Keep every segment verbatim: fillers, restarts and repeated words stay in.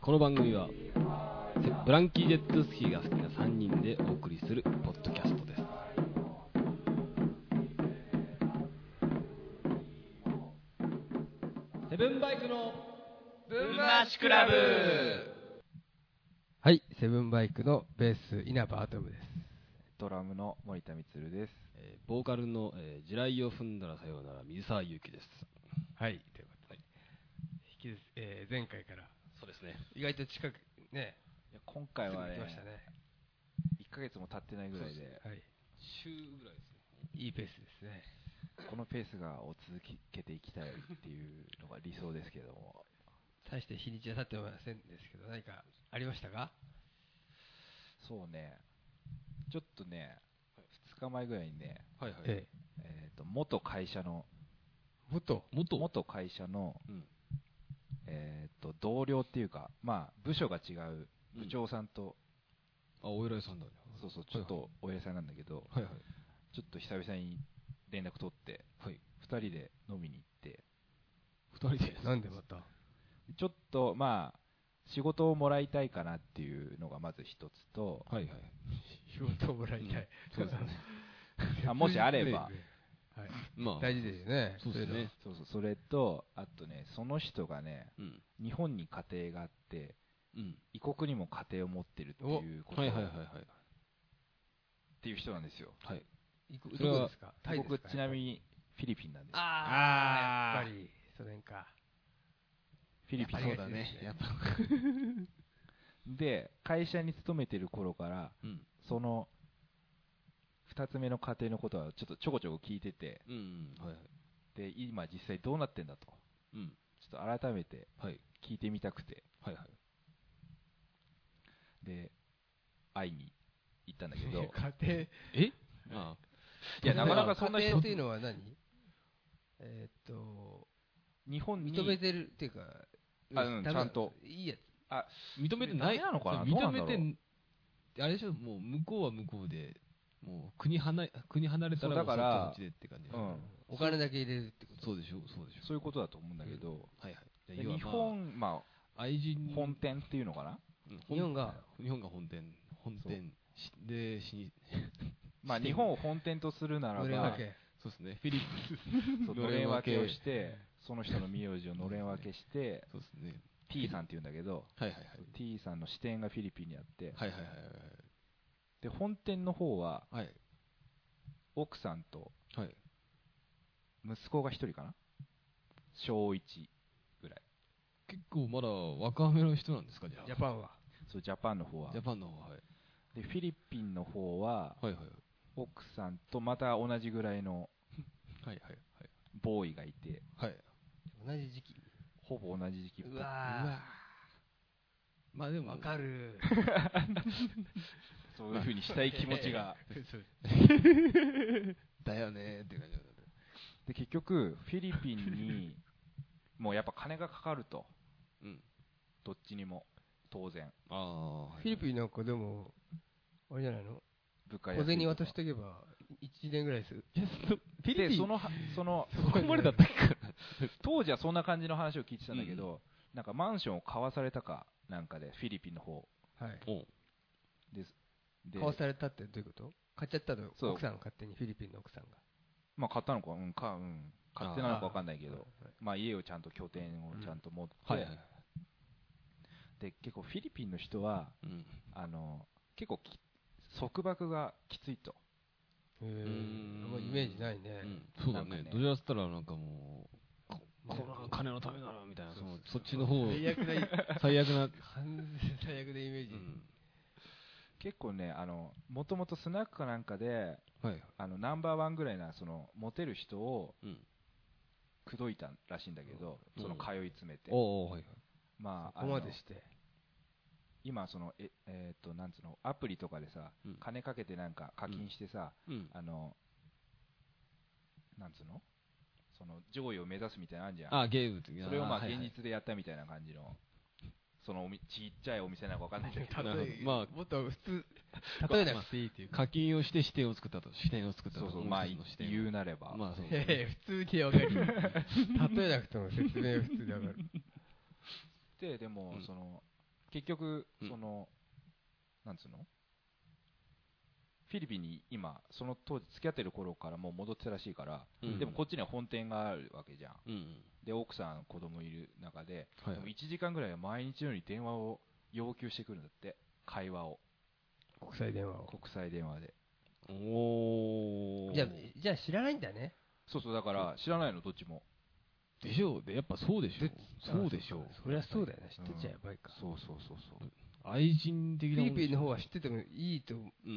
この番組はブランキー・ジェットスキーが好きなさんにんでお送りするポッドキャストです。セブンバイクのブンマシクラブ。 はい、セブンバイクのベース稲葉アトムです。 ドラムの森田充です。 えー、ボーカルの、えー、地雷を踏んだらさようなら水沢祐希です。 はい、ということで、はい、引きです、えー、前回からそうですね、 意外と近くね、 いや今回はね、 来ましたね。 いっかげつも経ってないぐらいで、ではい、 週ぐらいですね。 いいペースですね。 このペースがを続けていきたいっていうのが理想ですけども、 大して日にちは経ってませんですけど、何かありましたか？ そうね、ちょっとね、ふつかまえぐらいにね、 はいはい、 ええー、と元会社の元元元会社の、 うんえー、と同僚っていうか、まあ、部署が違う部長さんと、 うん、あ、お偉いさんだね。 そうそう、ちょっとお偉いさんなんだけど、 はいはい、 ちょっと久々に連絡取って、 はい、 ふたりで飲みに行って、 ふたりでなんでまたちょっとまあ仕事をもらいたいかなっていうのがまず一つと、 はいはい、 仕事をもらいたい、うん、 そうですねあもしあれば、 はい、 まあ、 大事ですよね。 そうですね。 そうそう、それとあとね、その人がね、うん、日本に家庭があって、うん、異国にも家庭を持ってるっていうこと、 はいはいはいはい、 っていう人なんですよ。 はい。 それはどこですか？タイですか？ 僕ちなみにフィリピンなんです。 ああ、やっぱりそれか。 フィリピンそうだね。やっぱで会社に勤めてる頃から、うん、そのふたつめの家庭のことはちょっとちょこちょこ聞いてて、うんうんはいはい、で今実際どうなってんだと、うん、ちょっと改めて聞いてみたくて、はいはい、で会いに行ったんだけど家庭えああいやなかなかそんな人家庭っていうのは何？えー、っと日本に認めてるっていうか、 あ、うん、ちゃんといいやつ、 あ認めてないなのかな、 認めてあれでしょ、もう向こうは向こうでもう国離れ国離れたらだからそっちでって感じ、 うん、お金だけ入れるってこと。 そうでしょそうでしょそういうことだと思うんだけど、うん、 はいはい、 日本まあ愛人本店っていうのかな、 うん、日本が日本が本店本店でしまあ日本を本店とするならば、 そうですね、フィリピンのれん分けをして、その人の名字をのれん分けして、 そうですね、 T さんって言うんだけど、 はいはいはい、 T さんの支店がフィリピンにあって、 はいはいはいはい、 で本店の方は、 はい、 奥さんとはい、 息子が一人かな、小いちぐらい。 結構まだ若めの人なんですか、じゃあ。 ジャパンは。 そう、ジャパンの方は。 ジャパンの方は、はい。 でフィリピンの方は、 はいはい、 奥さんとまた同じぐらいのはいはいはい、 ボーイがいて、 はい、 同じ時期、 ほぼ同じ時期。 うわー、うわー、まあでもわかるそういう風にしたい気持ちがだよねーって感じだ。 で結局フィリピンにもうやっぱ金がかかると、うん、どっちにも当然。 あフィリピンなんかでもあれじゃないの、小銭渡しとけばいちねんぐらいする。 フィリピンそのそのそこまでだったっけ当時はそんな感じの話を聞いてたんだけど、うん、なんかマンションを買わされたかなんかでフィリピンの方、 はい、 でで買わされたってどういうこと？買っちゃったの？奥さん勝手に、フィリピンの奥さんがまあ買ったのか、うんか、うん、勝手なのか分かんないけど、はい、まあ家をちゃんと拠点をちゃんと持って、うんはいはい、で結構フィリピンの人は、うん、あの結構束縛がきついと。 へえ、あんまイメージないね。 うん、そうだね。どちらかったらなんかもうこの金のためならみたいな、そのそっちの方最悪な最悪な最悪なイメージ。うん、 結構ね、あのもともとスナックかなんかで、はい、あのナンバーワンぐらいなそのモテる人を口説いたらしいんだけど、うん、その通い詰めて、 おー、はいはい、 まあそこまでして今そのええー、となんつうのアプリとかでさ、うん、金かけてなんか課金してさ、うん、あのなんつうのその上位を目指すみたいなのあるじゃん。 あ、ゲームってそれをまあ現実でやったみたいな感じの、はいはい、そのちっちゃいお店なんかわかんないんだけど、 まあもっと普通例えなくていいっていう課金をして視点を作ったと視点を作ったとそうそうまあ言うなれば、 まあそうそう普通にわかる例えなくても説明は普通でわかるででも、うん、その結局、その、うん、なんつうのフィリピンに今、その当時付き合ってる頃からもう戻ってたらしいから、うん、でもこっちには本店があるわけじゃん。うん、で、奥さん、子供いる中で、はいはい、でもいちじかんぐらいは毎日のように電話を要求してくるんだって、会話を。 国際電話を。 国際電話で。 おー。じゃあ、じゃあ知らないんだね。 そうそう、だから知らないの、どっちも。 でしょうで、やっぱそうでしょう。そうでしょう。 そりゃそうだよね。知ってちゃやばいか。 うん、そうそうそうそう。 愛人的な。 フィリピンの方は知っててもいいと、うん、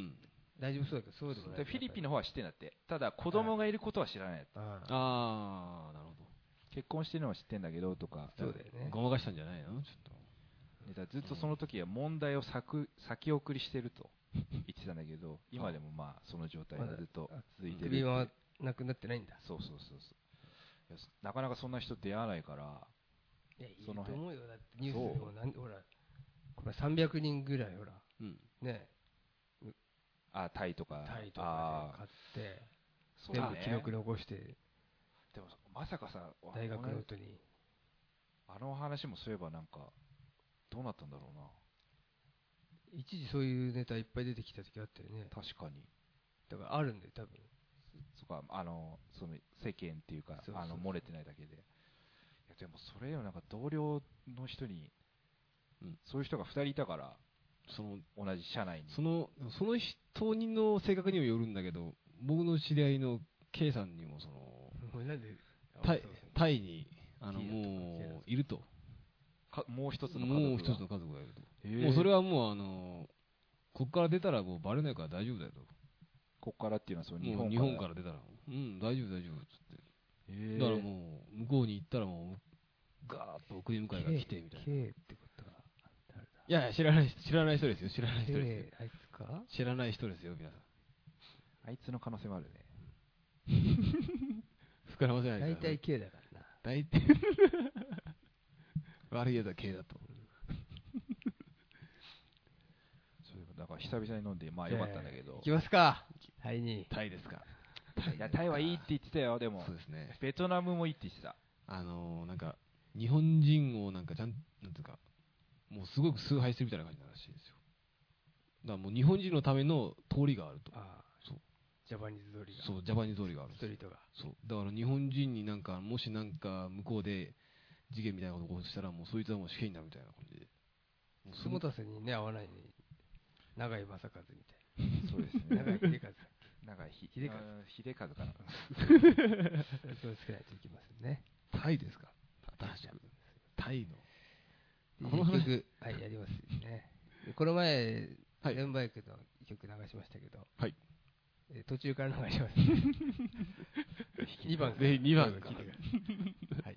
大丈夫そうだけど、そうでもない。 フィリピンの方は知ってんだって。ただ、子供がいることは知らない。 ああ、なるほど。 結婚してるのは知ってんだけどとか。 そうだよね。 ごまかしたんじゃないのちょっと。でずっとその時は問題を先先送りしてると言ってたんだけど、今でもまあその状態がずっと続いてる。 首はなくなってないんだ。 そうそうそうそう。なかなかそんな人出会わないから。 いや、いいと思うよ。だってニュースでもなんほら、これさんびゃくにんぐらいほら、うん、ね。 あ、タイとか。 タイとかで買って、全部記録残して。 でもまさかさ、 大学ノートに。 あの話もそういえばなんか、どうなったんだろうな。 一時そういうネタいっぱい出てきた時あったよね。 確かに。 だからあるんだよ、多分。 そこは、あの、その世間っていうか、そうそうそうあの、漏れてないだけで。いや、でもそれよ、なんか同僚の人に、うん、そういう人がふたりいたから、その、同じ社内に。 その、その人の性格にもよるんだけど、僕の知り合いの K さんにも、その、 なんでタイ、タイに、あの、もう、いると。 もう一つの家族が。もう一つの家族がいると。もうそれはもう、あの、ここから出たらもうバレないから大丈夫だよと。 ここからっていうのはその日本から。日本から出たら、うん、大丈夫大丈夫っつって。だからもう、向こうに行ったらもう、ガーッと送り迎えが来てみたいな。 K ってことは誰だ？いやいや、知らない、知らない人ですよ、知らない人ですよ。 あいつか？ 知らない人ですよ、皆さん。 あいつの可能性もあるね。 膨らませないで。 大体 K だからな。 大体。悪いやつは K だと。 だから久々に飲んで、まあよかったんだけど。 行きますか。タイに。 タイですか。 いや、タイはいいって言ってたよ、でも。 そうですね。 ベトナムもいいって言ってた。 あのー、なんか、日本人をなんかちゃん、なんていうか、もうすごく崇拝するみたいな感じならしいですよ。だからもう日本人のための通りがあると。 ああ。 そう。 ジャパニーズ通りが。 そう、ジャパニーズ通りがある。 ストリートが。 そう。だから日本人になんか、もしなんか向こうで事件みたいなことをしたら、もうそいつはもう死刑になるみたいな感じで。 下田瀬にね、会わないに。長井正和みたいな。そうですね。 長井秀和。 長井秀和。 秀和かな。 気をつけないといけませんね。 タイですか？新しく。タイの。 この曲、はい、やりますね。この前、レンバイクの曲流しましたけど、 はい。 途中から流します。にばん。 ぜひにばん聞いてください。はい。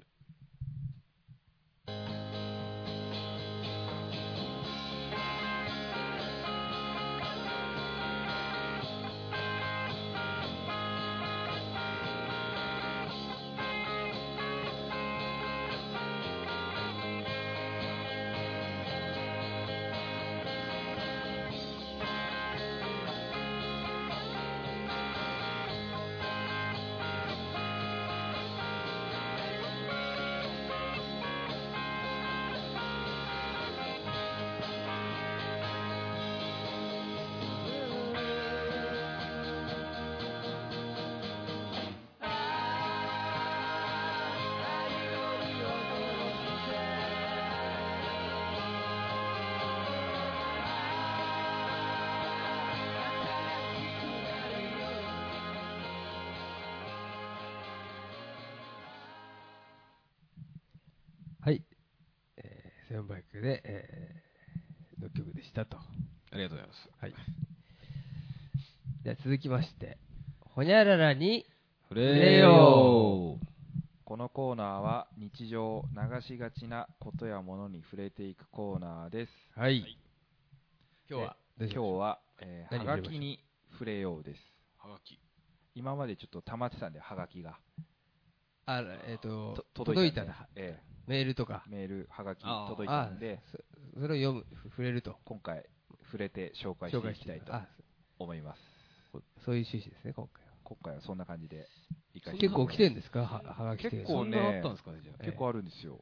はい、えー、セブンバイクで、えー、の曲でしたと。 ありがとうございます。 はい。では続きまして、ほにゃららに触れよう。 このコーナーは日常流しがちなことやものに触れていくコーナーです。 はい。はい、今日は今日は、えー、はがきに触れようです。 はがき。 今までちょっと溜まってたんで、はがきが。 あ、えっ、ー、と、届いたんだ。えーメールとかメール、はがき届いたんで、 それを読む、触れると。 今回、触れて紹介していきたいと思います。 そういう趣旨ですね、今回は。 今回はそんな感じで。 結構来てるんですか、はがき。 結構ね、結構あるんですよ。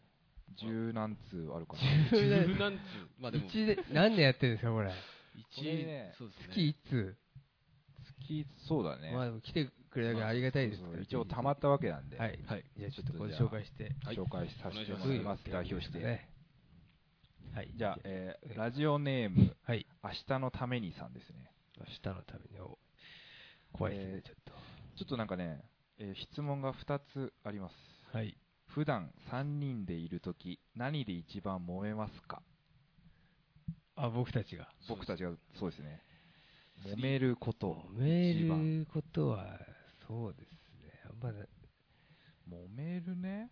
十何通あるかな。 十何通。まあでも。 一で、何年やってるんですか、これ。 一ね、そうですね。 月一通。 月、そうだね。 まあでも来てくれたからありがたいですから。 一応溜まったわけなんで。 はい。はい。じゃあちょっとこれ紹介して。 紹介させてもらいます。代表して。はい。じゃあ、えー、ラジオネーム、はい。明日のためにさんですね。 明日のために。怖いですね、ちょっと。 ちょっとなんかね、えー、質問がふたつあります。 はい。 普段さんにんでいるとき、何で一番揉めますか？ あ、僕たちが。 僕たちが、そうですね。揉めること。 揉めることは、そうですね。あんまり。 揉めるね。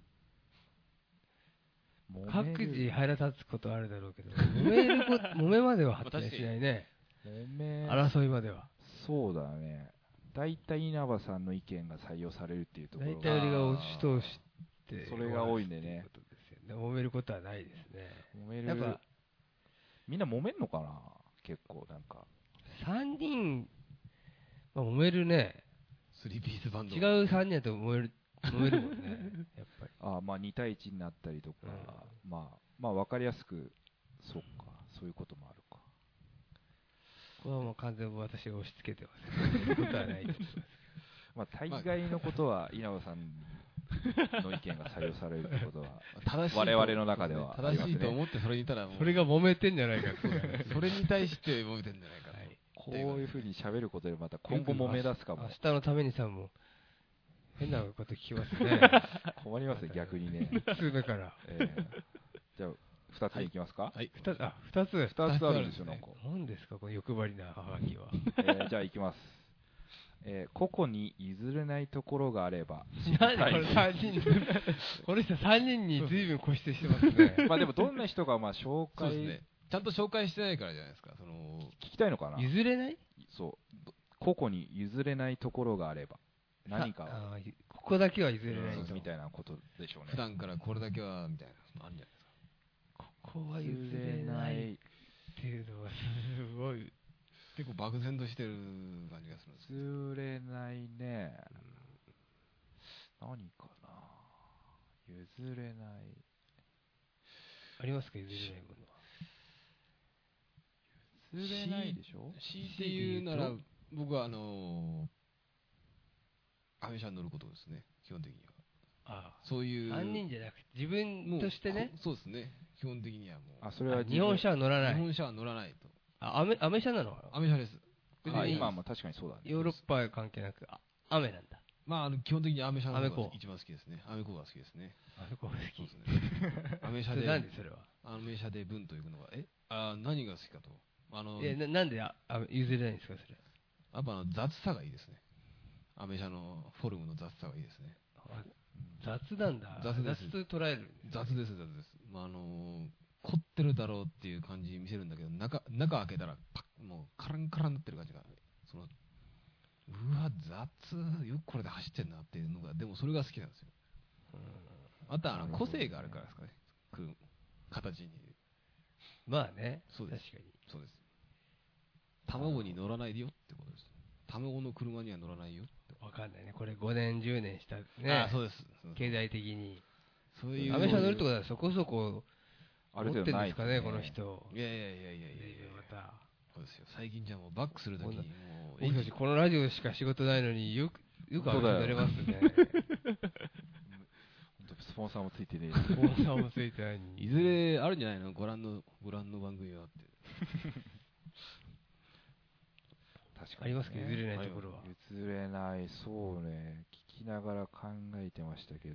各自腹立つことあるだろうけど、揉めること、揉めまでは発展しないね。 揉め。 争いまでは。 そうだね。大体稲葉さんの意見が採用されるっていうところが。 大体俺が押し通して、 それが多いんでね。 揉めることはないですね。 揉める。やっぱ、みんな揉めんのかな？結構なんか。 さんにん、まあ、揉めるね。 スリーピースバンド。 違うさんにんだと揉める。揉めるもんね、やっぱり。 ああ、まあに対いちになったりとか、うん、まあ、まあ分かりやすく、そうか、そういうこともあるか。 これはもう完全に私が押し付けてます。そういうことはないと思います。 まあ大概のことは稲葉さんの意見が採用されるってことは、正しい我々の中では、 ね、正しいと思ってそれにいたらもう、 それが揉めてんじゃないかって。 それに対して揉めてんじゃないか。はい、 こういうふうに喋ることでまた今後揉め出すかも。 明日のためにさんも、変なこと聞きますね。 困りますよ、逆にね。 普通だから。 えー、じゃあ、二つ目いきますか？ はい。二つ、あ、二つ。 二つあるんですよ、なんか。 何ですか、この欲張りなハガキは。 えー、じゃあ、いきます。えー、個々に譲れないところがあれば。 何これ三人、この人三人に随分固執してますね。 まあでも、どんな人がまあ紹介。そうですね。 ちゃんと紹介してないからじゃないですか。その、 聞きたいのかな？ 譲れない？ そう。個々に譲れないところがあれば。何かああ、ここだけは譲れないとみたいなことでしょうね。 普段からこれだけはみたいなのあるんじゃないですか。 ここは譲れないっていうのはすごい結構漠然としてる感じがするんです。 譲れないね。うん、何かな。譲れない。 ありますか、譲れないものは。 譲れないでしょ。 強いて言うなら僕はあのー。アメ車に乗ることですね、基本的には。 ああ、 そういう。 さんにんじゃなくて、自分としてね。 そうですね、基本的にはもう。 あ、それは日本車は乗らない。 日本車は乗らないと。 あ、アメ、アメ車なの？ アメ車です。 あ、今も確かにそうだね。 ヨーロッパ関係なく、あ、アメなんだ。 まあ、あの基本的にアメ車の方が一番好きですね。アメコが好きですね。 アメコが好き。 そうですね。アメ車で。 なんでそれは？ アメ車でブンと行くのが、えあ、何が好きかと。 あの、え、な、なんであ譲れないんですか、それ。 やっぱあの雑さがいいですね。アメ車のフォルムの雑さがいいですね。 雑なんだ。 雑です。 雑と捉える。 雑です、雑です。まあ、あのー、凝ってるだろうっていう感じ見せるんだけど、中、中開けたら、パッ、もうカランカランになってる感じが、その、うわ、雑、よくこれで走ってんなっていうのが、でもそれが好きなんですよ。あとは、あの、個性があるからですかね。くる、形に。 まあね。 そうです。 確かに。 そうです。卵に乗らないでよってことです。卵の車には乗らないよって。 わかんないね。これごねん、じゅうねんしたね。 あ、そうです。 経済的に。 そういう。 アメ車乗るってことはそこそこ、持ってるんですかね、この人。 いやいやいやいやいやいや。 また。 そうですよ。最近じゃもうバックするときにもう。 僕たちこのラジオしか仕事ないのによく、よくアメ車乗れますね。 スポンサーもついてねえ。 スポンサーもついてないいずれあるんじゃないの？ご覧の、ご覧の番組はって。 確かに、ね、 ありますけど、譲れないところは。 譲れない、そうね。聞きながら考えてましたけど。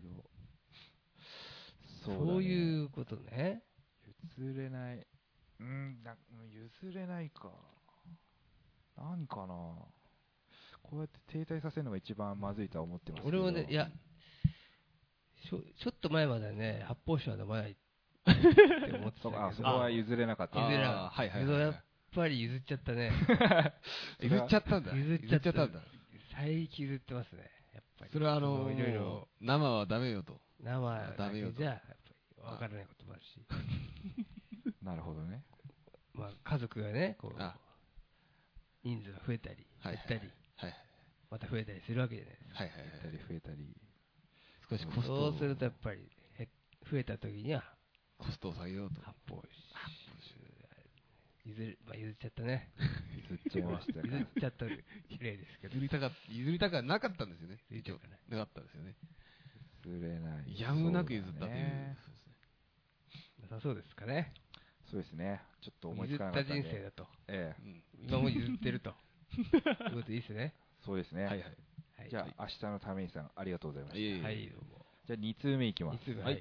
そう、ね、そういうことね。 譲れない。うん、な譲れないか。何かな。こうやって停滞させるのが一番まずいとは思ってますけど。 俺もね、いや、ちょ、ちょっと前までね、発泡酒は飲まないって思ってたけど。 あ、そこは譲れなかった。 譲れなかった。はいはいはい、はい。やっぱり譲っちゃったね。 譲っちゃったんだ。 譲っちゃったんだ。最近譲ってますね。やっぱり。 それはあのー、いろいろ生はダメよと。 生はダメよと。じゃあ、やっぱり分からないこともあるし。 なるほどね。 まあ、家族がね、こう、人数が増えたり、減ったり、はいはい、また増えたりするわけじゃないですか。 はいはいはい。減ったり増えたり。 少しコストそうするとやっぱり、 増えた時にはコストを下げようと。 発泡酒譲る、まあ、譲っちゃったね。 譲っちゃいましたか。 譲っちゃった例ですけど。 譲りたか譲りたかなかったんですよね。 譲りたかなかったんですよね。 譲れない。 やむなく譲ったという。 なさそうですかね。 そうですね。ちょっと思いつかなかったんで。 譲った人生だと。 ええ。今も譲ってると。いうこといいですね。 そうですね。 はいはい。 じゃあ、明日のためにさん、ありがとうございました。 はい、どうも。 じゃあ、に通目いきます。 に通目、はい。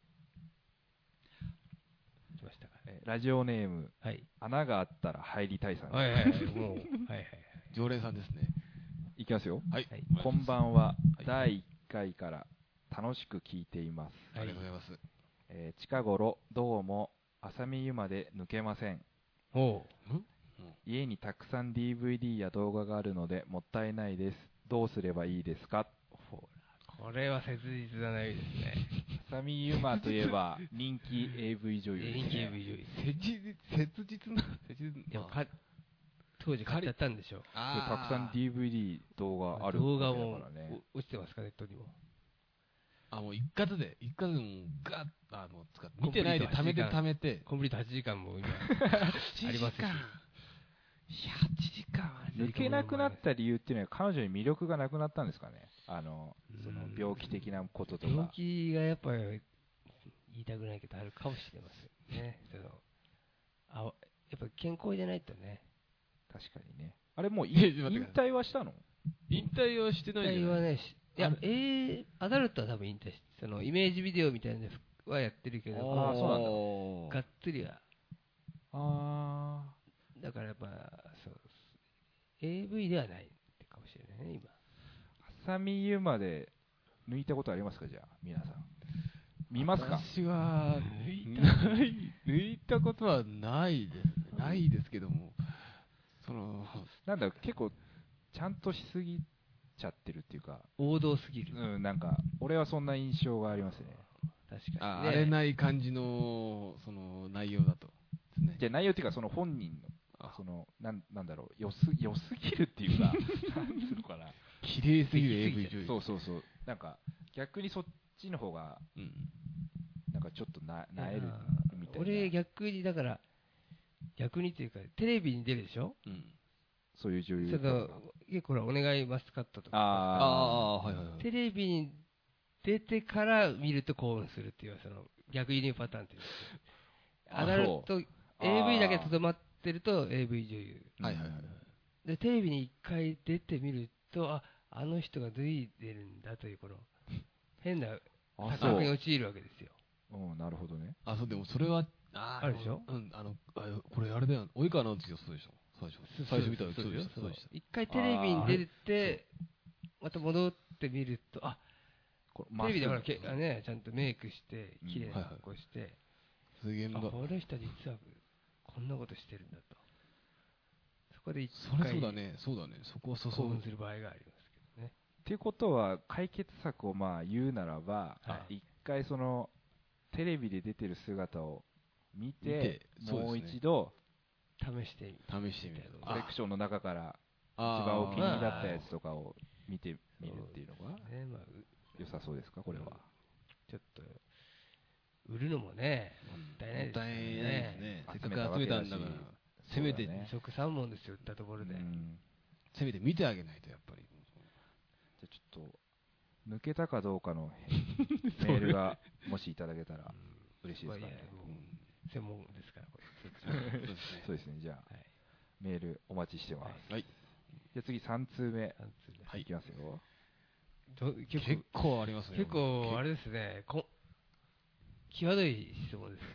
来ましたか。 ラジオネーム、 はい。 穴があったら入りたいさん。 はいはいはい。もう、はいはいはい。 常連さんですね。 いきますよ。 はい。 こんばんは。だいいっかいから楽しく聞いています。 ありがとうございます。 えー、近頃、どうも、浅見湯まで抜けません。 おう。 家にたくさん ディーブイディー や動画があるので、もったいないです。どうすればいいですか？ ほら、これは切実な悩みですね。 浅見ゆまといえば、人気 エーブイ 女優ですね。 人気 エーブイ 女優。 切実な、切実な。か当時買っちゃったんでしょう。 たくさん ディーブイディー 動画ある動画も落ちてますか、ネットにも。 あ、もう一括で、一括でもうガッ、あの、使って、見てないで貯めて貯めて。 コンプリートはちじかんも今、ありますし。 はちじかんは抜けなくなった理由っていうのは、彼女に魅力がなくなったんですかね。あの、その病気的なこととか。 病気がやっぱり言いたくないけどあるかもしれませんね。そのあ、やっぱ健康じゃないとね。 確かにね。あれもう引退はしたの？ 引退はしてないじゃない。 引退はね、いや、えー、アダルトは多分引退して、そのイメージビデオみたいなのはやってるけど、 ああ、そうなんだ。がっつりは。 ああ。 だからやっぱ、そう、エーブイ ではないってかもしれないね、今。 浅見ゆまで抜いたことありますか、じゃあ、皆さん。見ますか？ 私は、抜いた、抜いたことはないですね。ないですけども、その、 なんだ、結構、ちゃんとしすぎちゃってるっていうか。 王道すぎる。 うん、なんか、俺はそんな印象がありますね。 確かに、ね。 あ、荒れない感じの、その、内容だと。 ね、じゃあ内容っていうか、その本人の、その、なん、なんだろう、よす、よすぎるっていうか、なんつうのかな。 綺麗すぎる エーブイ 女優。 そうそうそう。なんか、逆にそっちの方が、うん、なんかちょっとな、なえるみたいな。 俺逆に、だから、逆にっていうか、テレビに出るでしょ？うん。 そういう女優。 その、結構ほら、お願いマスカットとか。 ああ、はいはいはい。 テレビに出てから見ると興奮するっていう、その、逆輸入パターンっていう。アダルト、エーブイ だけとどまってると エーブイ 女優。 はいはいはい。 で、テレビに一回出てみると、あ、あの人が脱いでるんだという、この、変な錯覚に陥るわけですよ。 うん、なるほどね。 あ、そう、でもそれは、 あるでしょ？ うん、あの、これあれだよ、及川直樹がそうでしょ。最初。最初見たらそうでした。そうでした。 一回テレビに出て、また戻ってみると、あ、テレビでほら、けね、ちゃんとメイクして、綺麗な格好して、 すげえな。 この人実はこんなことしてるんだと。そこで一回。それそうだね、そうだね。そこはそう興奮する場合がありますけどね。 っていうことは、解決策をまあ言うならば、一回その、テレビで出てる姿を見て、もう一度、 試してみる。 試してみる。 コレクションの中から一番お気に入りだったやつとかを見てみるっていうのが良さそうですか、これは。 ちょっと、売るのもね、もったいないですね。もったいないですね。せっかく集めたんだから、せめて二食三問ですよ、売ったところで。 せめて見てあげないと、やっぱり。 じゃあちょっと、抜けたかどうかのメールがもしいただけたら嬉しいですかね。 専門ですから、これ。 そうですね、じゃあ、メールお待ちしてます。はい。じゃあ次さん通目、いきますよ。 結構ありますね。 結構、あれですね、際どい質問です。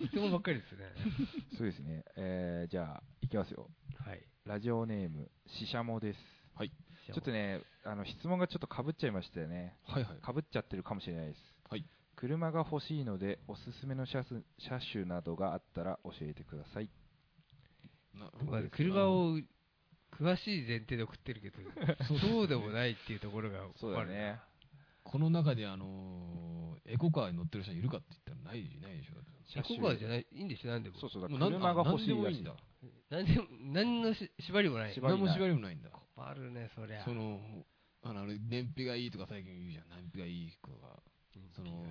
質問ばっかりですね。 そうですね。えー、じゃあ、いきますよ。はい。ラジオネーム、ししゃもです。はい。ちょっとね、あの、質問がちょっと被っちゃいましたよね。はいはい。被っちゃってるかもしれないです。はい。車が欲しいので、おすすめの車種などがあったら教えてください。 まあ、車を詳しい前提で送ってるけど、そうでもないっていうところがそうだね。 この中であのエコカーに乗ってる人いるかって言ったらないないでしょ。 エコカーじゃない、いいんでしょ、なんでも。 そうそうだ、車が欲しいらしいんだ。 なんでも、何の縛りもない。 何も縛りもないんだ。 困るね、そりゃ。 その、あの、燃費がいいとか最近言うじゃん。燃費がいいとか。その、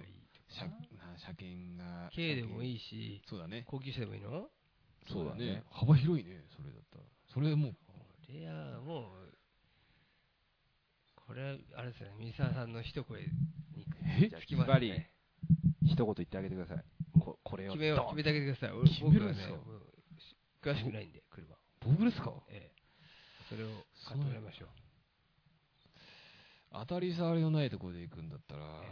車車検が K でもいいし、 そうだね、 高級車でもいいの？ そうだね、幅広いね、それだったら。それもう、 これはもう、これはあれですね、水沢さんの一声につきますね。 一言言ってあげてください。こ, これを決めを決めてあげてください。 決めるんですか？ 僕はね、詳しくないんで、車。 僕ですか？ ええ。それを買ってもらいましょう。 当たり障りのないところで行くんだったら、 え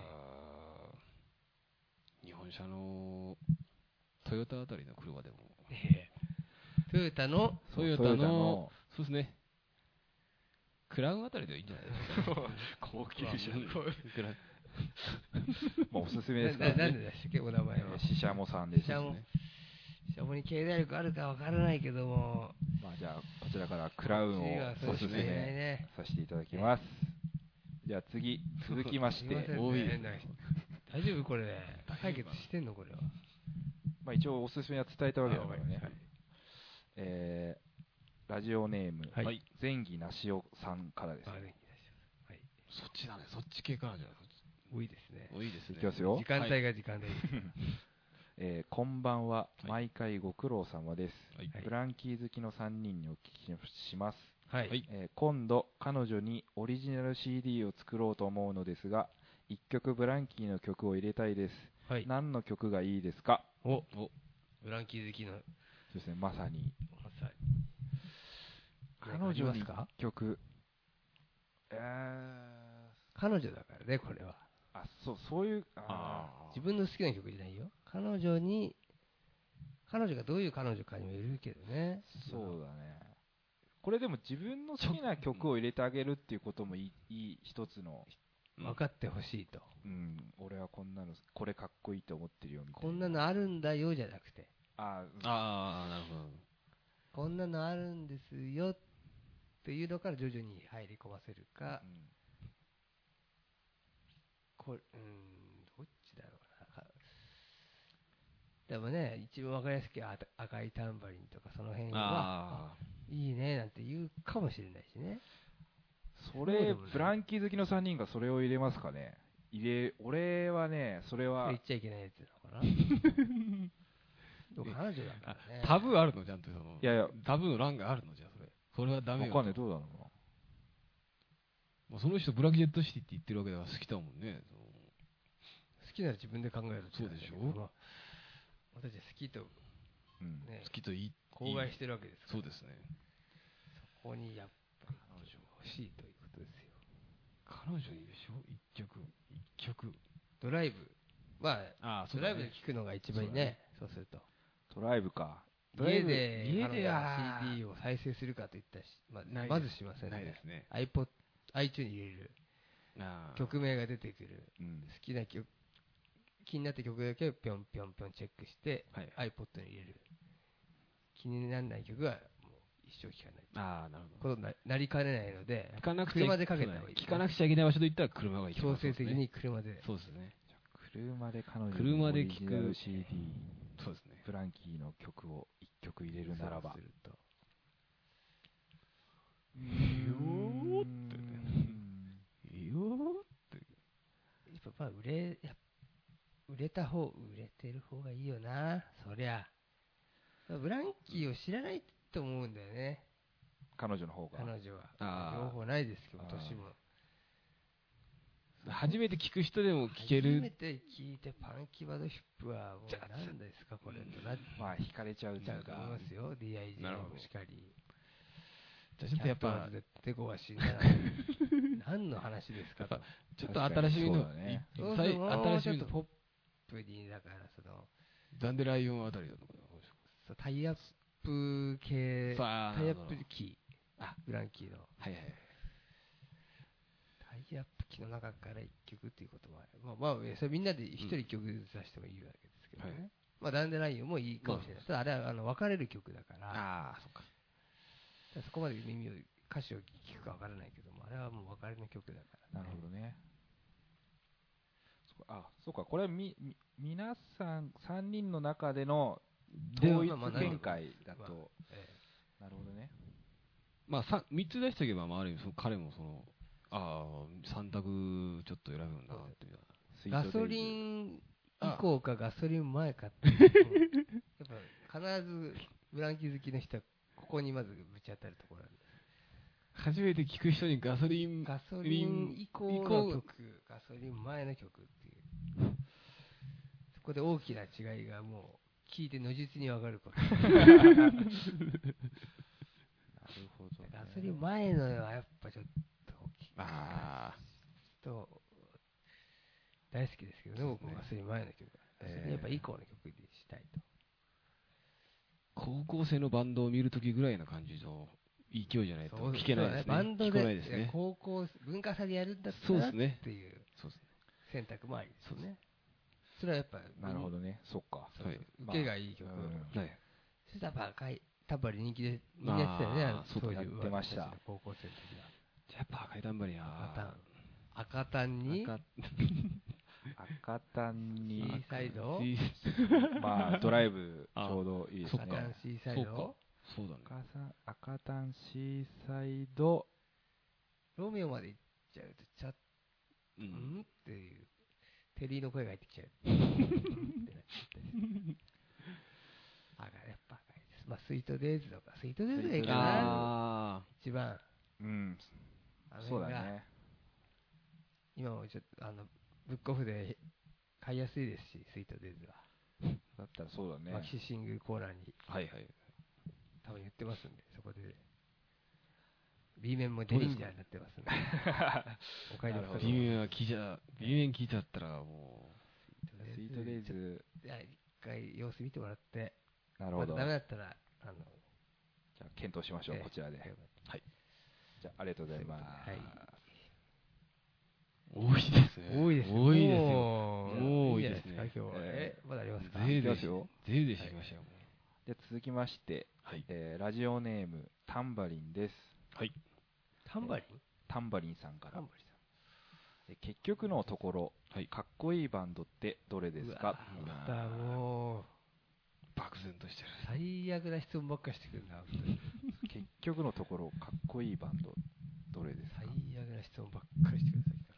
え、日本車のトヨタあたりの車でも。 ええ、トヨタのトヨタの、そうですね。クラウンあたりでいいんじゃないですか。 高級車。 まあおすすめですから、ね。 なんで出したっけ、お名前は。 シシャモさんですね。 シシャモ。シシャモに経済力あるかわからないけども。 まあじゃあ、こちらからクラウンをおすすめさせていただきます。じゃあ次、続きまして。 多いね。大丈夫これ。解決してんのこれは。 まあ一応おすすめは伝えたわけだからね。えー、ラジオネーム、はい、前儀なしおさんからです、ね。はい、 そっちだね、そっち系からじゃない。 多いですね。 多いですね。 いきますよ。 時間帯が時間帯です。 えー、こんばんは、毎回ご苦労様です、はい。ブランキー好きのさんにんにお聞きします。はい、えー、今度、彼女にオリジナル シーディー を作ろうと思うのですが、いっきょくブランキーの曲を入れたいです。はい、何の曲がいいですか？ おお、ブランキー好きの。そうですね、まさに。まさに。彼女にいっきょく、えー、 彼女だからね、これは。 あ、そう、そういう、 あ自分の好きな曲じゃないよ。彼女に、彼女がどういう彼女かにもよるけどね。 そうだね。これでも自分の好きな曲を入れてあげるっていうこともいい、いい一つの。 分かってほしいと。 うん、俺はこんなの、これかっこいいと思ってるよみたいな。 こんなのあるんだよじゃなくて。 ああ、なるほど。 こんなのあるんですよっていうのから徐々に入り込ませるか。うん、これ、うん、どっちだろうな。でもね、一番わかりやすく赤いタンバリンとかその辺はいいねなんて言うかもしれないしね。 それ、ブランキー好きのさんにんがそれを入れますかね。入れ、俺はね、それは。 言っちゃいけないやつなのかな。でも彼女だからね。 タブーあるの？ちゃんとその。 いやいや、 タブーの欄があるの？じゃあそれ。それはダメよ。 わかんない、どうだろうな。 まあ、その人ブラキジェットシティって言ってるわけだから好きだもんね。 好きなら自分で考える。 そうでしょ。まあ、 私は好きと、 うんね、好きといい口外してるわけですから。 そうですね。 そこにやっぱ彼女が欲しいということですよ。 彼女にでしょ。一曲一曲。 ドライブ。まあ、 あドライブで聴くのが一番いいね。そうすると。 ドライブか。 家で、家で シーディー を再生するかといったし、まあ、まずしませんね。 ないですね。 iPod、iTunes に入れる。曲名が出てくる。好きな曲、気になった曲だけをぴょんぴょんぴょんチェックして、iPod に入れる。気にならない曲はもう一生聴かない。 ああ、なるほど。 このなりかねないので、 車でかけた方がいい。 聴かなくちゃいけない場所といったら車がいい。 強制的に車で。 そうですね。 車で彼女のオリジナル シーディー、 そうですね。 ブランキーの曲をいっきょく入れるならば。 そうすると。 いいよーって。いいよーって。 やっぱ売れ、や売れた方、売れてる方がいいよな。そりゃ。ブランキーを知らないと思うんだよね。 彼女の方が。 彼女は。情報ないですけど、年も。 初めて聞く人でも聞ける。 初めて聞いてパンキーバードヒップはもう何ですかこれとな。 まあ惹かれちゃうというか。 思いますよ。ディーアイジー もしかり。 ちょっとやっぱ出こはしな。何の話ですかと。 ちょっと新しみのね。新しみのポップにだからそのダンデライオンあたりだと思う。 タイアップ系タイアップキーあブランキーのはいはい。 タイアップ機の中からいっきょくっていうことは、まあまあ、それみんなで一人いっきょくずつ出してもいいわけですけどね。うんはい、まあ、ダンデライオンもいいかもしれない。ただあれはあの別れる曲だから、 ああ、そっか。 そこまで耳を、歌詞を聴くかわからないけども、あれはもう別れの曲だから、 ね。なるほどね。あ、そうか、これはみ、み、皆さんさんにんの中での統一見解だと、まあまあええ、なるほどね。 まあ、みっつ出しておけば、まあ、ある意味その彼もその、ああ、さん択ちょっと選ぶんだなっていう。 ガソリン降かガソリン前かって、やっぱ必ずブランキー好きの人はここにまずぶち当たるところなんです。 初めて聞く人にガソリンガソリン以降の曲、ガソリン前の曲っていう、そこで大きな違いがもう聞いて如実に分かること。なるほど、ね、 ガソリン前のはやっぱちょっとあと大好きですけどね、僕もガソリン前の曲は、えー、やっぱ以降の曲にしたいと。 高校生のバンドを見るときぐらいな感じの勢いじゃないと聞けないですね。 バンドで、ね、高校文化祭でやるんだったらっていう選択もありですよね。それはやっぱなるほどね、そっか。 受けがいい曲。そしたらやっぱタンバリン人気でみんなやってたよね。 そうやってました。 高校生の時は。 じゃあやっぱ赤いタンバリンは赤タンに赤タンにシーサイドまあドライブちょうどいいですね。 赤タンシーサイドそうだね。 赤タンシーサイドロミオまで行っちゃうとちゃっうんっていうテリーの声が入ってきちゃう。赤やっぱ赤いです。まあスイートデイズとかスイートデイズがいいかな。一番。 うん。そうだね。 今もちょっとあのブックオフで買いやすいですし、スイートデイズは。 だったらそうだね。 マキシシングコーナーに。 はいはい。 多分言ってますんで、そこで。B 面もデリンジャーになってますんで。お買い得。 B 面は聞いちゃ、B 面聞いちゃったらもう、スイートデイズ。 じゃあ一回様子見てもらって。 なるほど。 ダメだったら、あの、 じゃあ検討しましょう、こちらで。はい。じゃあありがとうございます。はい。 多いですね。 多いですね。 多いですよ。多いですね。 今日は。え、まだありますか？ ゼーでしよ。ゼーでしましたよ。 で続きまして、ラジオネームタンバリンです。 はい。 タンバリン？ タンバリンさんから。結局のところ、かっこいいバンドってどれですか？ もう漠然としてる。 最悪な質問ばっかしてくるな。 結局のところかっこいいバンドどれですか？ 最悪な質問ばっかりしてください。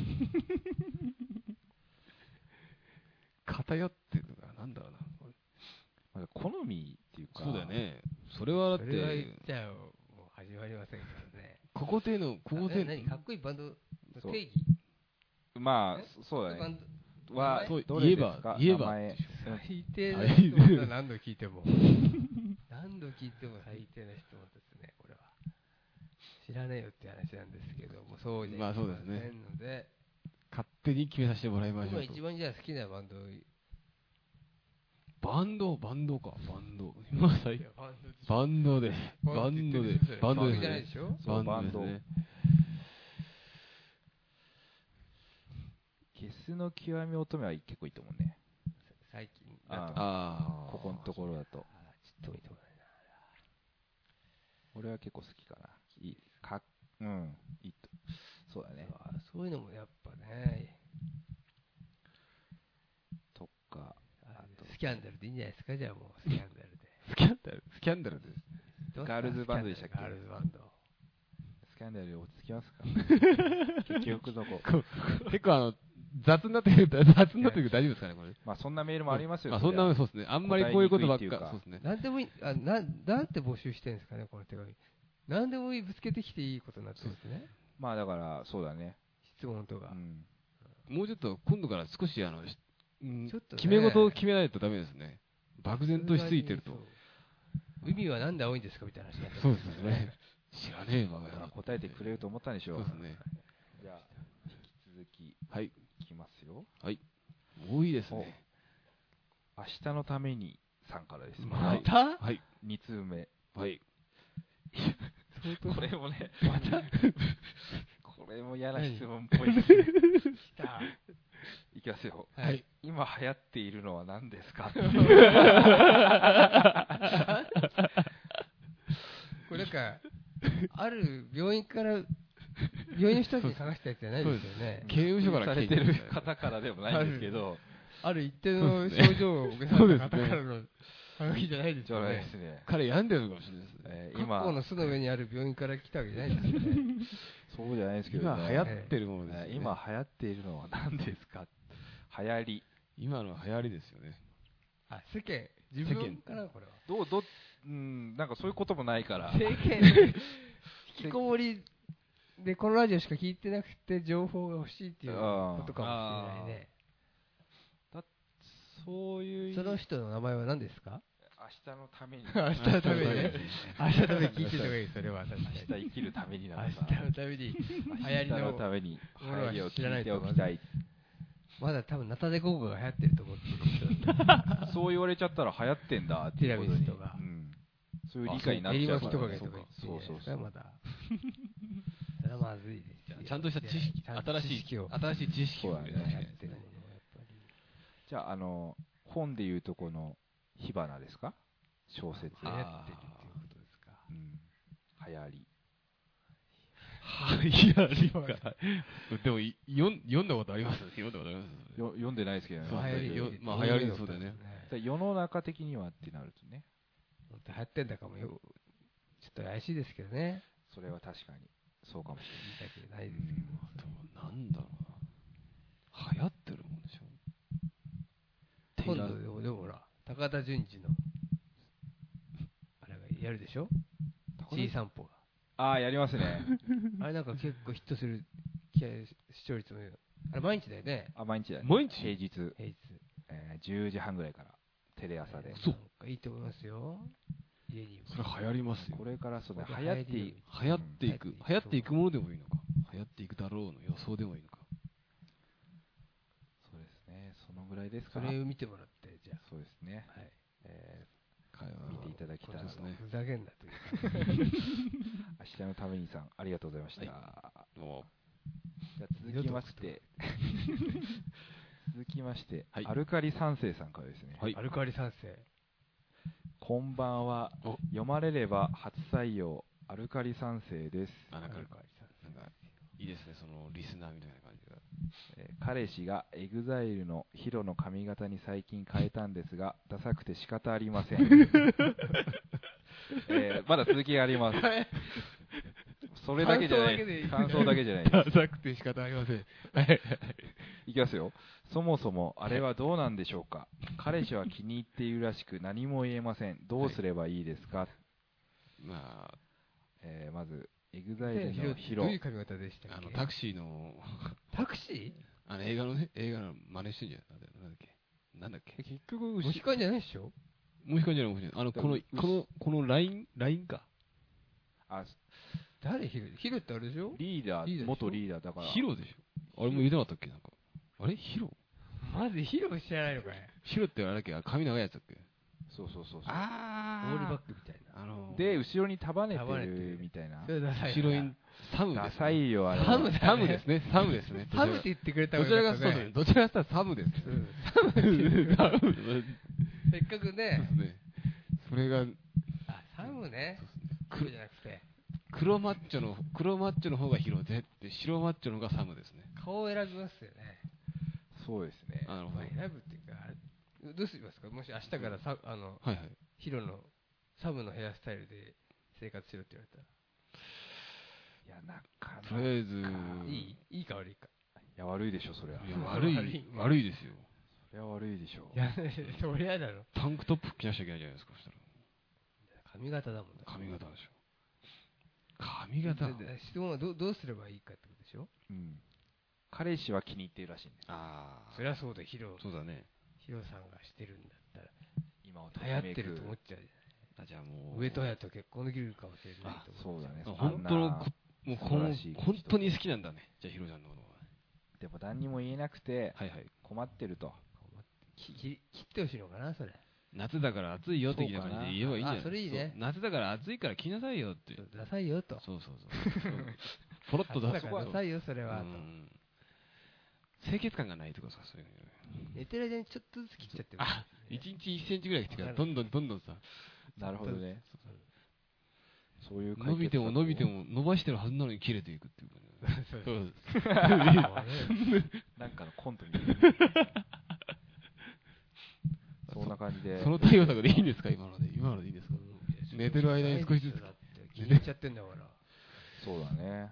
偏ってるのがなんだろうな。好みっていうか。 そうだよね。それはだって。 それは言っちゃう。もう始まりませんけどね。 ここでの、ここで。 何かっこいいバンドの定義？ まあ、そうだね。は、 言えば、言えば。 最低な質問だ、何度聞いても。何度聞いても最低な質問ですね、これは。知らねえよって話なんですけども、そうじゃないので、 勝手に決めさせてもらいましょう。 今一番じゃあ好きなバンド。 バンド、バンドか、バンド。今最近。バンドです。バンドで。バンドですじゃないでしょ？ バンドですね。ゲスの極み乙女は結構いいと思うね。 最近だと。ああ。ここのところだと。 ちょっと見てもらえな。 俺は結構好きかな。いい。かうん。いいと。そうだね。 そういうのもやっぱね。 とか。 スキャンダルでいいんじゃないですか、じゃあもうスキャンダルで。 スキャンダルスキャンダルです。 ガールズバンドでしたっけ？ ガールズバンド。 スキャンダルで落ち着きますか？結局のこ結構あの、雑になってる、雑になってるけど大丈夫ですかね、これ。 まあそんなメールもありますよね。 まあそんな、そうですね。あんまりこういうことばっか、そうですね。 なんでもいい、あ、な、なんて募集してるんですかね、この手紙。なんでもいい、ぶつけてきていいことになってるんですね。 まあだから、そうだね。 質問とか。 もうちょっと、今度から少しあの、決め事を決めないとダメですね。漠然としすぎてると。 海はなんで青いんですかみたいな話になってそうですね。知らねえわ。 答えてくれると思ったんでしょう。 そうですね。 じゃあ、引き続き、 はい。 いきますよ。 はい。多いですね。 明日のためにさんからです。 また？ はい。 に通目。 はい。 これもね、またこれも嫌な質問っぽいですね。 来た。 いきますよ。 はい。 今流行っているのは何ですか？ これなんか、ある病院から、病院の人たちに探したやつじゃないですよね。 刑務所からされてる方からでもないんですけど、 ある一定の症状を受けされた方からのはがきじゃないですよね。 じゃないですね。 彼病んでるのかもしれないですね。 今、過去の巣の上にある病院から来たわけじゃないですよね。 そうじゃないですけどね。 今流行ってるものですね。 今流行っているのは何ですか？流行り。 今の流行りですよね。 あ、世間、自分かな、これは。 どう、どう、うん、なんかそういうこともないから。 世間、引きこもりで、このラジオしか聞いてなくて、情報が欲しいっていうことかもしれないね。 だそういう。 その人の名前は何ですか？ 明日のために。 明日のためにね。明日のために聞いてた方がいい、それは。 明日生きるためになのか。明日のために、流行りのために、流行りを聞いておきたい。 まだ多分ナタデココが流行ってると思ってる人そう言われちゃったら流行ってんだっていうことに。 ティラミスとか。うん。 そういう理解になっちゃうから。 とかがとか言ってそうそうそう。まだ。それはまずいですよ。 ちゃんとした知識、新しい知識を。新しい知識をね。 じゃあ、あの、本でいうとこの火花ですか？小説。 流行ってるっていうことですか。 うん。流行り。 流行りか。でも読んだことあります？読んだことあります？ 読んでないですけどね。 まあ流行りそうだよね。 世の中的にはってなるとね。 流行ってんだかもよ。ちょっと怪しいですけどね。 それは確かにそうかもしれない。言いたくないですけど。 でもなんだろうな。流行ってるもんでしょ。 今度でもでもほら高田純次のあれがやるでしょ。G散歩が。 ああ、やりますね。 あれなんか結構ヒットする視聴率もあれ毎日だよね。 あ、毎日だよね。 毎日平日。 平日。 えー、じゅうじはんぐらいからテレ朝で。 そう。 いいと思いますよ。 家に。それ流行りますよ。 これからそうね、流行っていく。流行っていく。流行っていくものでもいいのか。流行っていくだろうの予想でもいいのか。 そうですね。そのぐらいですか。 それを見てもらって、じゃあ。 そうですね。 はい。 えー、見ていただきたいですね。ふざけんなという。 明日のためにさん、ありがとうございました。はい、もうじゃあ続きまして、続きまして、はい、アルカリ三世さんからですね。 はい、アルカリ三世。 こんばんは。読まれれば初採用、アルカリ三世です。 アルカリ三世。なんかいいですね、そのリスナーみたいな感じが。 えー、彼氏がエグザイルのヒロの髪型に最近変えたんですが、ダサくて仕方ありません。えー、まだ続きがあります。それだけじゃない。感想だけじゃない。 ダサくて仕方ありません。 いきますよ。そもそもあれはどうなんでしょうか。彼氏は気に入っているらしく何も言えません。どうすればいいですか。はい、 まあ、 えー、まずエグザイルのヒロ。 どういう髪型でしたっけ。 あのタクシーのタクシー？ あの映画のね、映画の真似してんじゃん。なんだっけ。なんだっけ。 結局モヒカンじゃないでしょ。 モヒカンじゃないモヒカン。あのこのこのこのラインラインか。 あ、誰ヒロ？ヒロってあれでしょ？ リーダー、元リーダーだから。 ヒロでしょ。あれも言えなかったっけなんか。あれヒロ？ まずヒロ知らないのかい。 ヒロってあれだっけ髪長いやつだっけ。 そうそうそうそう。 ああ。オールバックみたいな。 あのー、で後ろに束ねてるみたいな。 後ろにサムです、ね。 ダサいよあれ。 サムだ、ね、 サムですね。サムですね。 サムって言ってくれた方がいいですね。どちらがそうですね。どちらがサムです。 サムっていうか。せっかくね。 そうですね。それが。 あ、サムね。黒じゃなくて。 黒マッチョの黒マッチョの方がヒロでって白マッチョの方がサムですね。 顔を選びますよね。 そうですね。 あの、まあ、選ぶっていうかどうしますか。もし明日からさあの、 はいはい、 ヒロのサムのヘアスタイルで生活しろって言われたら。 いやなかなか。 とりあえずいいいいか悪いか。 いや悪いでしょそれは。 いや悪い悪いですよ。 それは悪いでしょ。 いやそりゃだろ。 タンクトップ着なきゃいけないじゃないですか。そしたら。 髪型だもんね。 髪型でしょ。髪型質問は ど, どうすればいいかってことでしょ。 うん。彼氏は気に入っているらしいんです。 ああ。そりゃそうだヒロ。 そうだね。 ヒロさんがしてるんだったら今は流行ってると思っちゃうじゃない。 あじゃあもう上戸彩と結婚できるかもしれないと思う。そうだね。 本当のもう本当に好きなんだね。じゃあヒロちゃんのことは。 でも何にも言えなくて、 はいはい、 困ってると。 切ってほしいのかなそれ。 夏だから暑いよ的な感じで言えばいいじゃん。 あ、それいいね。 夏だから暑いから着なさいよって。 くださいよと。 そうそうそう。ポロッと出す。 くださいよそれはと。 清潔感がないとかさ、そういう。 寝てる間にちょっとずつ切っちゃってる。 あ、いちにちいちセンチぐらい切ってからどんどんどんどんさ。 なるほどね。そういう伸びても伸びても伸ばしてるはずなのに切れていくっていうか。そう。 なんかのコントみたいな。そんな感じで。 その対応策でいいんですか今ので。今のでいいですか。寝てる間に少しずつ。 気に入っちゃってんだから。 そうだね。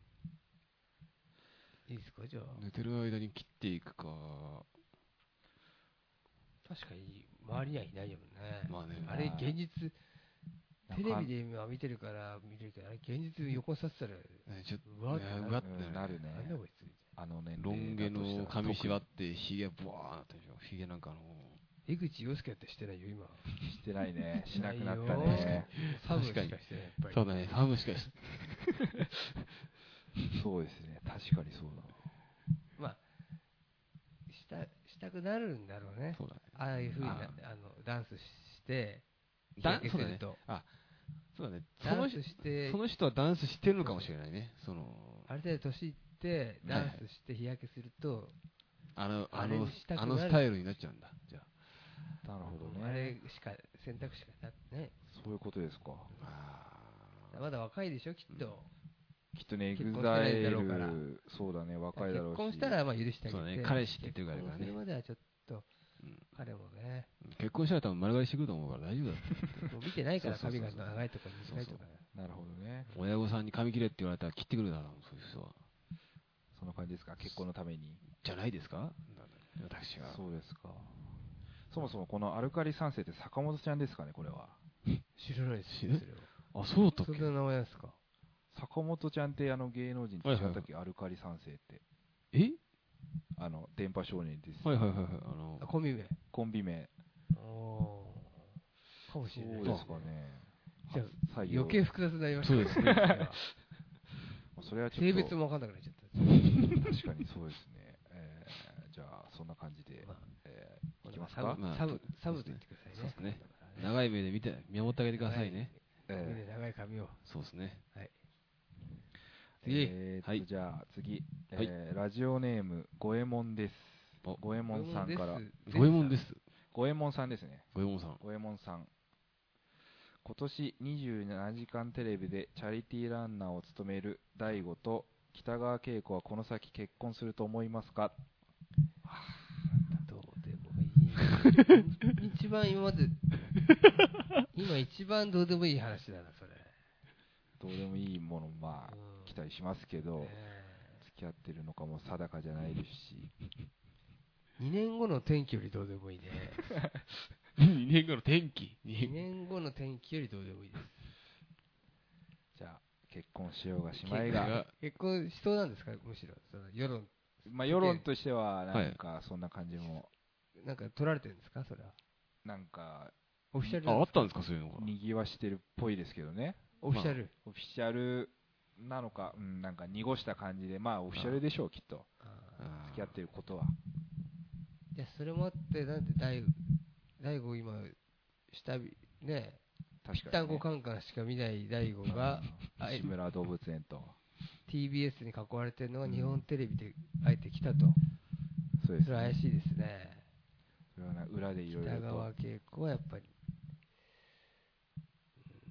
いいですかじゃあ。 寝てる間に切っていくか。 確かに周りにはいないよね。 まあね、 あれ現実テレビで今見てるから見てるけど、あれ現実横にさせたらちょっとうわってなるね。 なんだこいつ。 あのね、 ロン毛の髪縛ってひげブワーってでしょ。ひげなんかあの江口洋介ってしてないよ今。 してないね。しなくなったね。 サブしかしてないやっぱり。 そうだね。サブしかして。 そうですね。確かにそうだ。 まあしたしたくなるんだろうね。 そうだね。 ああいう風になあのダンスしてダンスすると。あ、そうだね。 ダンスしてその人はダンスしてるのかもしれないね。そのある程度年いってダンスして日焼けすると、 あのあのあのスタイルになっちゃうんだ。じゃあ。なるほどね。 あれしか選択肢がなってね。 そういうことですか。 あまだ若いでしょきっと。 きっとね、エグザイル、そうだね、若いだろうし。 結婚したらまあ許してあげて。 そうだね、彼氏って言ってるからね。 それまではちょっと、彼もね。 結婚したら多分丸刈りしてくると思うから大丈夫だって。 もう見てないから髪が長いとか短いとか。 なるほどね。 親御さんに髪切れって言われたら切ってくるだろう、そういう人は。 そんな感じですか、結婚のために。 じゃないですか私は。 そうですか。そもそもこのアルカリ三世って坂本ちゃんですかね、これは。 知らないです。 あ、そうだったっけ？ そんな名前ですか。 坂本ちゃんってあの芸能人違ったっけ、アルカリ三世って。 え？ あの電波少年です。 はいはいはいはい。あのコンビ名。 コンビ名。 おー。かもしれない。 そうですかね。 じゃあ余計複雑になりました。 そうですね。 それはちょっと性別も分かんなくなっちゃった。 確かにそうですね。えー、じゃあそんな感じで、まあえー、いきますか。 まあ、サブサブと言ってくださいね。 そうですね。長い目で見て見守ってあげてくださいね。 えー、長い髪を。 そうですね。 はい。 次、えー、はい、じゃあ次、えー、ラジオネームごえもんです。ごえもんさんから。 ごえもんです。 ごえもんさんですね。 ごえもんさん。 ごえもんさん。今年にじゅうななじかんテレビでチャリティーランナーを務める大悟と北川景子はこの先結婚すると思いますか？ はぁ、どうでもいい。一番今まで、今一番どうでもいい話だな、それ。 どうでもいいもの、まあ、期待しますけど、付き合ってるのかも定かじゃないですし。 にねんごの天気よりどうでもいいね。 にねんごの天気にねんごの天気よりどうでもいいです。 じゃあ結婚しようがしまいが結婚しそうなんですか、むしろその世論。 まあ世論としてはなんかそんな感じも、 なんか取られてるんですか、それは。 なんかオフィシャルああったんですか、そういうのが。 にぎわしてるっぽいですけどね。 オフィシャル、 まあ、オフィシャルなのか、うん、なんか濁した感じで、まあオフィシャルでしょう、きっと。付き合ってることは。 いや、それもあってなんで大大悟今下火ね、 確かに、ね、 単語カンカンしか見ない大悟が志村動物園とティービーエス に囲われてるのが日本テレビであえて来たと。 そうです、ね、 それは怪しいですね。 それは裏でいろいろと。 北川景子はやっぱり、うん、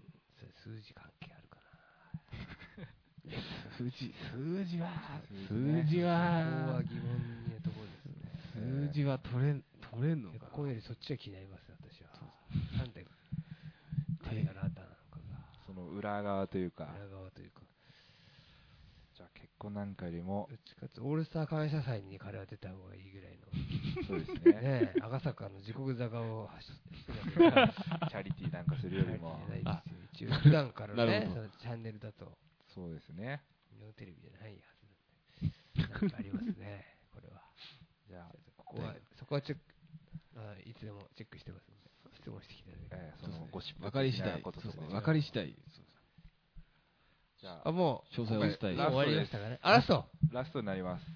それ数字関係あるかな。 数字数字は数字はここは疑問なところですね。 数字は取れん取れんのか。 結婚よりそっちが気になります、私は。なんで彼がラタなのかが。 その裏側というか。 裏側というか。 じゃあ結婚なんかよりも、 どっちかってオールスター感謝祭に彼は出た方がいいぐらいの。 そうですね。 ねえ、赤坂の地獄坂を走ってチャリティーなんかするよりも。 一応普段からね、そのチャンネルだと。 そうですね。 日本テレビじゃないはずなんで。なんかありますね、これは。 じゃあ、 ここは、そこはチェック、あいつでもチェックしてますんで、質問してきてね。 えー、そのゴシップ分かり次第、分かり次第。 じゃあ、もう、 詳細をしたい。 もう終わりましたかね。あ、ラストラストになります。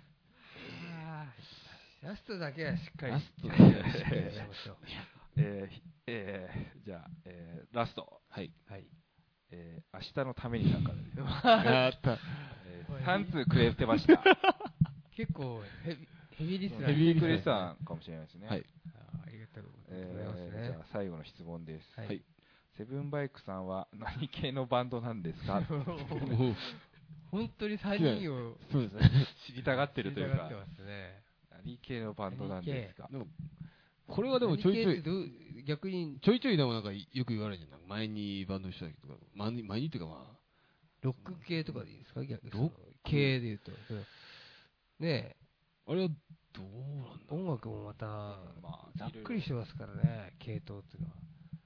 ラストだけはしっかり。 ラストだけはしっかりしましょう。 えー、えー、じゃあ、えー、ラスト。 はい。 はい。えー、明日のためになんかですよ。 やった。 えー、さん通くれてました。 結構ヘビ、ヘビリスナー。 ヘビークレスさんかもしれないですね。 はい。ありがとうございますね。 じゃあ最後の質問です。 はい。 セブンバイクさんは何系のバンドなんですか？ 本当にさんにんをそうですね。 知りたがってるというか。 知りたがってますね。 何系のバンドなんですか？ これはでもちょいちょい逆にちょいちょいでもなんかよく言われるじゃん。前にバンドしたりとか、前に前にっていうかまあロック系とかでいいですか？逆にロック系で言うとねえ。 あれはどうなんだ。 音楽もまた、まあ、ざっくりしてますからね、系統っていうのは。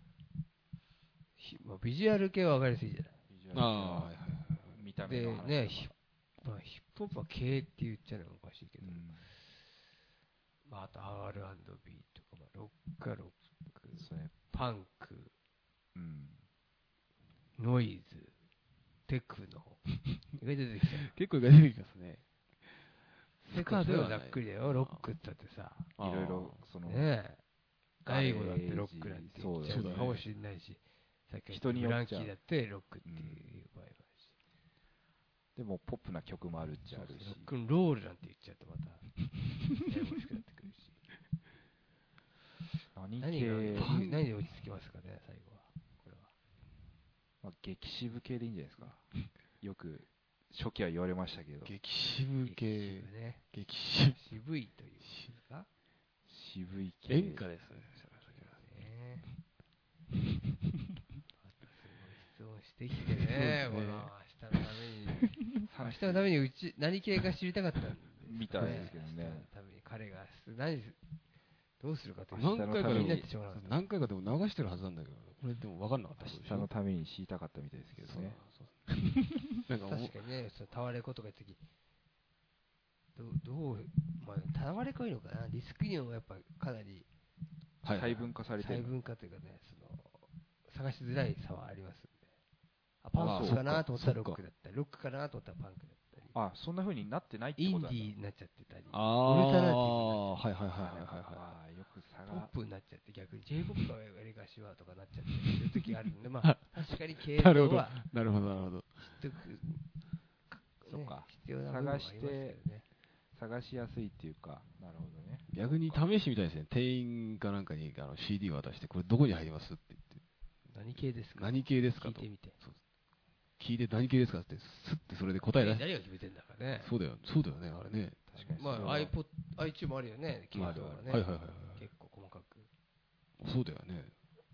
まあ、ビジュアル系は分かりやすいじゃない。 ああ、はいはいはい。見た目の話でね、ヒップ、まあ、ヒップホップは系って言っちゃうのがおかしいけど、うん、まあ、あと アールアンドビー とか、まあ、ロックはロック、それパンク、うん、ノイズ、テクノ、意外と出てきちゃう。 結構意外と出てきますね。 世界ではざっくりだよ、ロックって言ってさ、 いろいろ、その、 ねえ、大悟だってロックなんて言っちゃうかもしれないし、さっきのブランキーだってロックっていう場合はあるし。 でも、ポップな曲もあるっちゃあるし。 ロックンロールなんて言っちゃうとまた、ややこしくなってくるし。 何何が、何で落ち着きますかね、最後は。これは。 まあ、激渋系でいいんじゃないですか。よく、初期は言われましたけど。 激渋系。 激渋ね。 激渋。 渋いというですか？ 渋い系。 演歌ですね。 ねまたすごい質問してきてね、この明日のために。明日のためにうち、何系か知りたかったんですみたいですけどね。 明日のために彼が、何、どうするかって何回かでも何回かでも流してるはずなんだけど、これでも分かんなかった。 明日のために知りたかったみたいですけどね。 なんか確かにね、そのタワレコとか言った時、どう、どう、まあ、タワレコいいのかな、ディスクニオンはやっぱかなり細分化されてる。 細分化というかね、その探しづらい差はありますんで、あ、パンクかなと思ったらロックだったり、ロックかなと思ったらパンクだったり、 あ、そんな風になってないってことだ。 インディーになっちゃってたり、 あウルトラナティブになっちゃって、 はいはいはいはいはい。 よく差ポがップになっちゃって逆に J-ポップがやりがしはとかなっちゃってる時があるんで、まあ確かに系統はなるほどなるほど。 知っとく、 そうか。 必要な部分はありますよね。 探しやすいっていうか、なるほどね。 逆に試してみたいですね。店員かなんかにあの シーディー を渡して、これどこに入りますって言って。 何系ですか？ 何系ですかと。 聞いてみて。 聞いて何系ですかって、スッてそれで答え出して。 誰が決めてんだかね。 そうだよ、そうだよね、あれね。 確かに。まあ iPod、iTunes もあるよね、系統はね。 はいはいはい。 結構細かく。 そうだよね。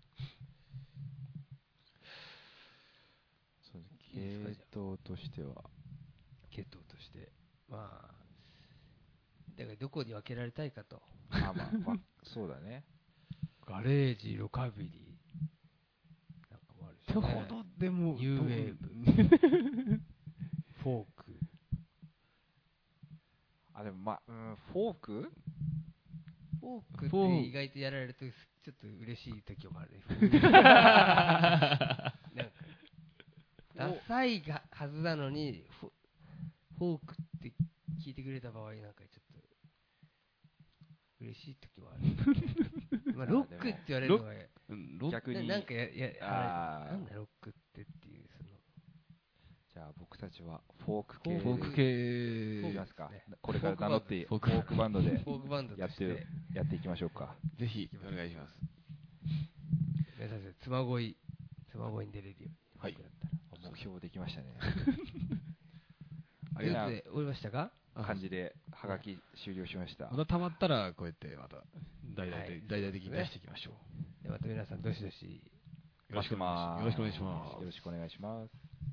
そう系統としては。 系統として。まあ。だからどこに分けられたいかと。 あ、まあ、まあ、そうだね。 ガレージ、ロカビリー。なんかもあるし、ね。 ってほどでも、 ニューウェーブ。フォーク。 あ、でもまあ、うん、フォークフォークって意外とやられると、ちょっと嬉しい時もあるね。なんか、ダサいがはずなのに、フォークって聞いてくれた場合、なんかちょっと、嬉しい時もある。まあ、ロックって言われるのは、 逆に。 なんかや、や、なんだロックってっていう、その。 じゃあ僕たちはフォーク系。 フォーク系。 いきますか。これから名乗ってフォークバンドでやって、やっていきましょうか。 ぜひ、お願いします。 皆さん、妻恋、妻恋に出れるように。 はい。 目標できましたね。 ありがとうございました。終わりましたか？ 感じで、はがき終了しました。 また溜まったら、こうやって、また、大々的に出していきましょう。 で、また皆さん、どしどし、 よろしくお願いします。 よろしくお願いします。